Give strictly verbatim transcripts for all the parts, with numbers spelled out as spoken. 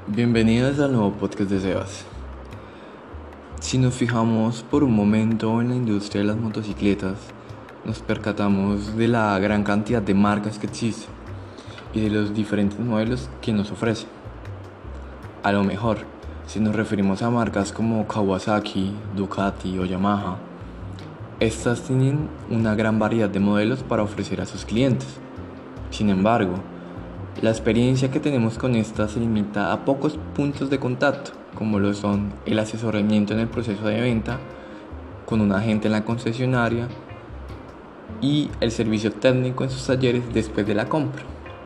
Bienvenidos al nuevo podcast de Sebas. Si nos fijamos por un momento en la industria de las motocicletas, nos percatamos de la gran cantidad de marcas que existen y de los diferentes modelos que nos ofrecen. A lo mejor, si nos referimos a marcas como Kawasaki, Ducati o Yamaha, estas tienen una gran variedad de modelos para ofrecer a sus clientes. Sin embargo, la experiencia que tenemos con estas se limita a pocos puntos de contacto, como lo son el asesoramiento en el proceso de venta, con un agente en la concesionaria y el servicio técnico en sus talleres después de la compra.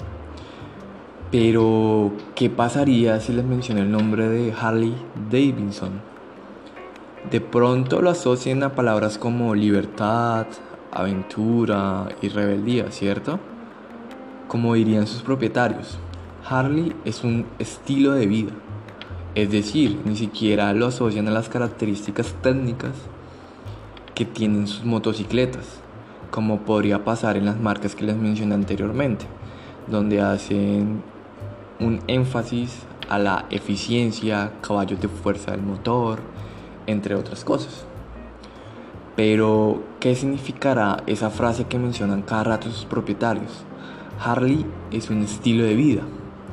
Pero, ¿qué pasaría si les menciono el nombre de Harley Davidson? De pronto lo asocian a palabras como libertad, aventura y rebeldía, ¿cierto? Como dirían sus propietarios, Harley es un estilo de vida, es decir, ni siquiera lo asocian a las características técnicas que tienen sus motocicletas, como podría pasar en las marcas que les mencioné anteriormente, donde hacen un énfasis a la eficiencia, caballos de fuerza del motor, entre otras cosas. Pero, ¿qué significará esa frase que mencionan cada rato sus propietarios? Harley es un estilo de vida.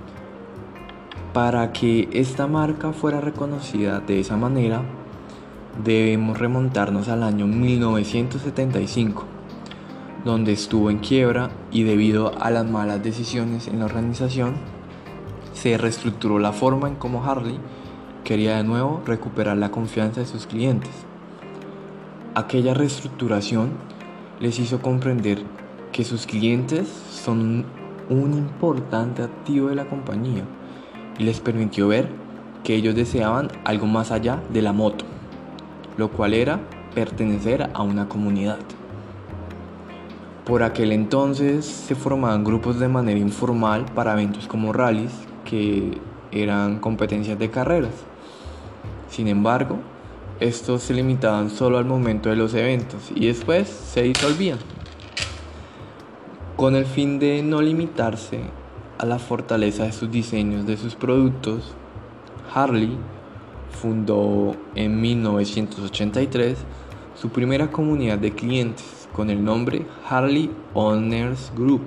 Para que esta marca fuera reconocida de esa manera, debemos remontarnos al año mil novecientos setenta y cinco, donde estuvo en quiebra y debido a las malas decisiones en la organización, se reestructuró la forma en cómo Harley quería de nuevo recuperar la confianza de sus clientes. Aquella reestructuración les hizo comprender que sus clientes son un, un importante activo de la compañía y les permitió ver que ellos deseaban algo más allá de la moto, lo cual era pertenecer a una comunidad. Por aquel entonces se formaban grupos de manera informal para eventos como rallies, que eran competencias de carreras. Sin embargo, estos se limitaban solo al momento de los eventos y después se disolvían. Con el fin de no limitarse a la fortaleza de sus diseños de sus productos, Harley fundó en mil novecientos ochenta y tres su primera comunidad de clientes con el nombre Harley Owners Group,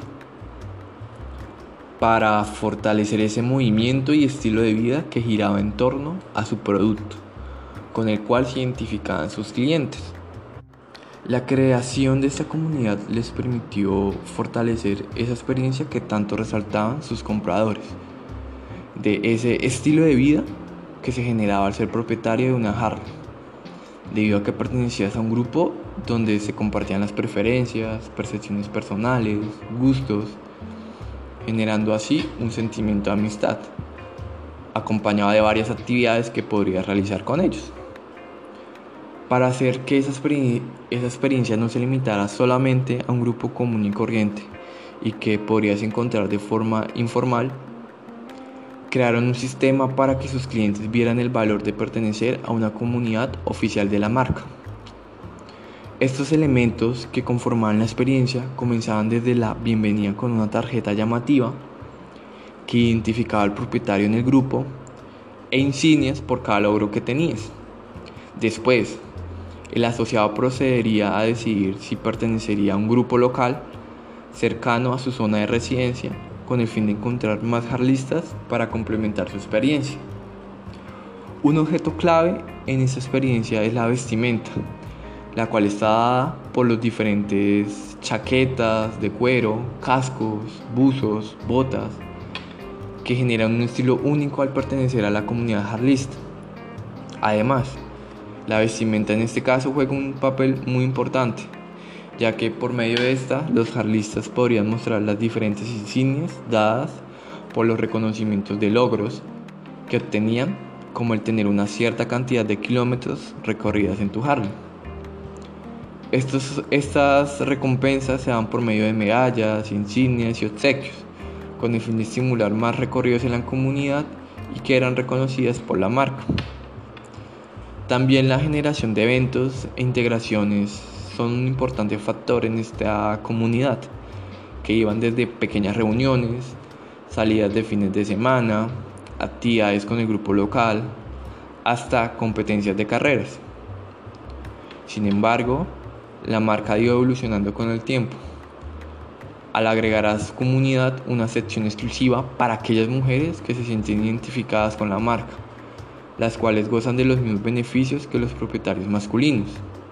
para fortalecer ese movimiento y estilo de vida que giraba en torno a su producto, con el cual se identificaban sus clientes. La creación de esta comunidad les permitió fortalecer esa experiencia que tanto resaltaban sus compradores, de ese estilo de vida que se generaba al ser propietario de una Harley, debido a que pertenecías a un grupo donde se compartían las preferencias, percepciones personales, gustos, generando así un sentimiento de amistad, acompañado de varias actividades que podrías realizar con ellos. Para hacer que esa, exper- esa experiencia no se limitara solamente a un grupo común y corriente y que podrías encontrar de forma informal, crearon un sistema para que sus clientes vieran el valor de pertenecer a una comunidad oficial de la marca. Estos elementos que conformaban la experiencia comenzaban desde la bienvenida con una tarjeta llamativa que identificaba al propietario en el grupo e insignias por cada logro que tenías. Después, el asociado procedería a decidir si pertenecería a un grupo local cercano a su zona de residencia con el fin de encontrar más harlistas para complementar su experiencia. Un objeto clave en esta experiencia es la vestimenta, la cual está dada por los diferentes chaquetas de cuero, cascos, buzos, botas, que generan un estilo único al pertenecer a la comunidad harlista. Además, la vestimenta en este caso juega un papel muy importante, ya que por medio de esta los harlistas podrían mostrar las diferentes insignias dadas por los reconocimientos de logros que obtenían, como el tener una cierta cantidad de kilómetros recorridas en tu Harley. Estos, estas recompensas se dan por medio de medallas, insignias y obsequios, con el fin de estimular más recorridos en la comunidad y que eran reconocidas por la marca. También la generación de eventos e integraciones son un importante factor en esta comunidad, que iban desde pequeñas reuniones, salidas de fines de semana, actividades con el grupo local, hasta competencias de carreras. Sin embargo, la marca ha ido evolucionando con el tiempo, al agregar a su comunidad una sección exclusiva para aquellas mujeres que se sienten identificadas con la marca, las cuales gozan de los mismos beneficios que los propietarios masculinos.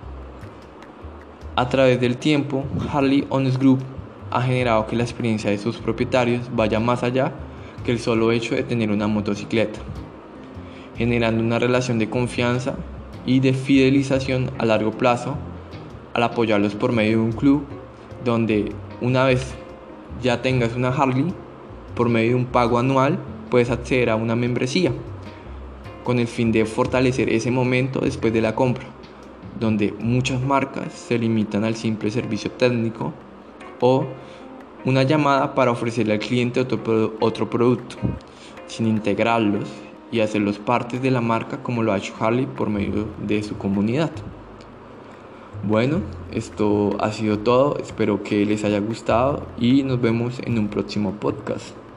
A través del tiempo, Harley Owners Group ha generado que la experiencia de sus propietarios vaya más allá que el solo hecho de tener una motocicleta, generando una relación de confianza y de fidelización a largo plazo al apoyarlos por medio de un club donde una vez ya tengas una Harley, por medio de un pago anual puedes acceder a una membresía con el fin de fortalecer ese momento después de la compra, donde muchas marcas se limitan al simple servicio técnico o una llamada para ofrecerle al cliente otro, otro producto, sin integrarlos y hacerlos parte de la marca como lo ha hecho Harley por medio de su comunidad. Bueno, esto ha sido todo, espero que les haya gustado y nos vemos en un próximo podcast.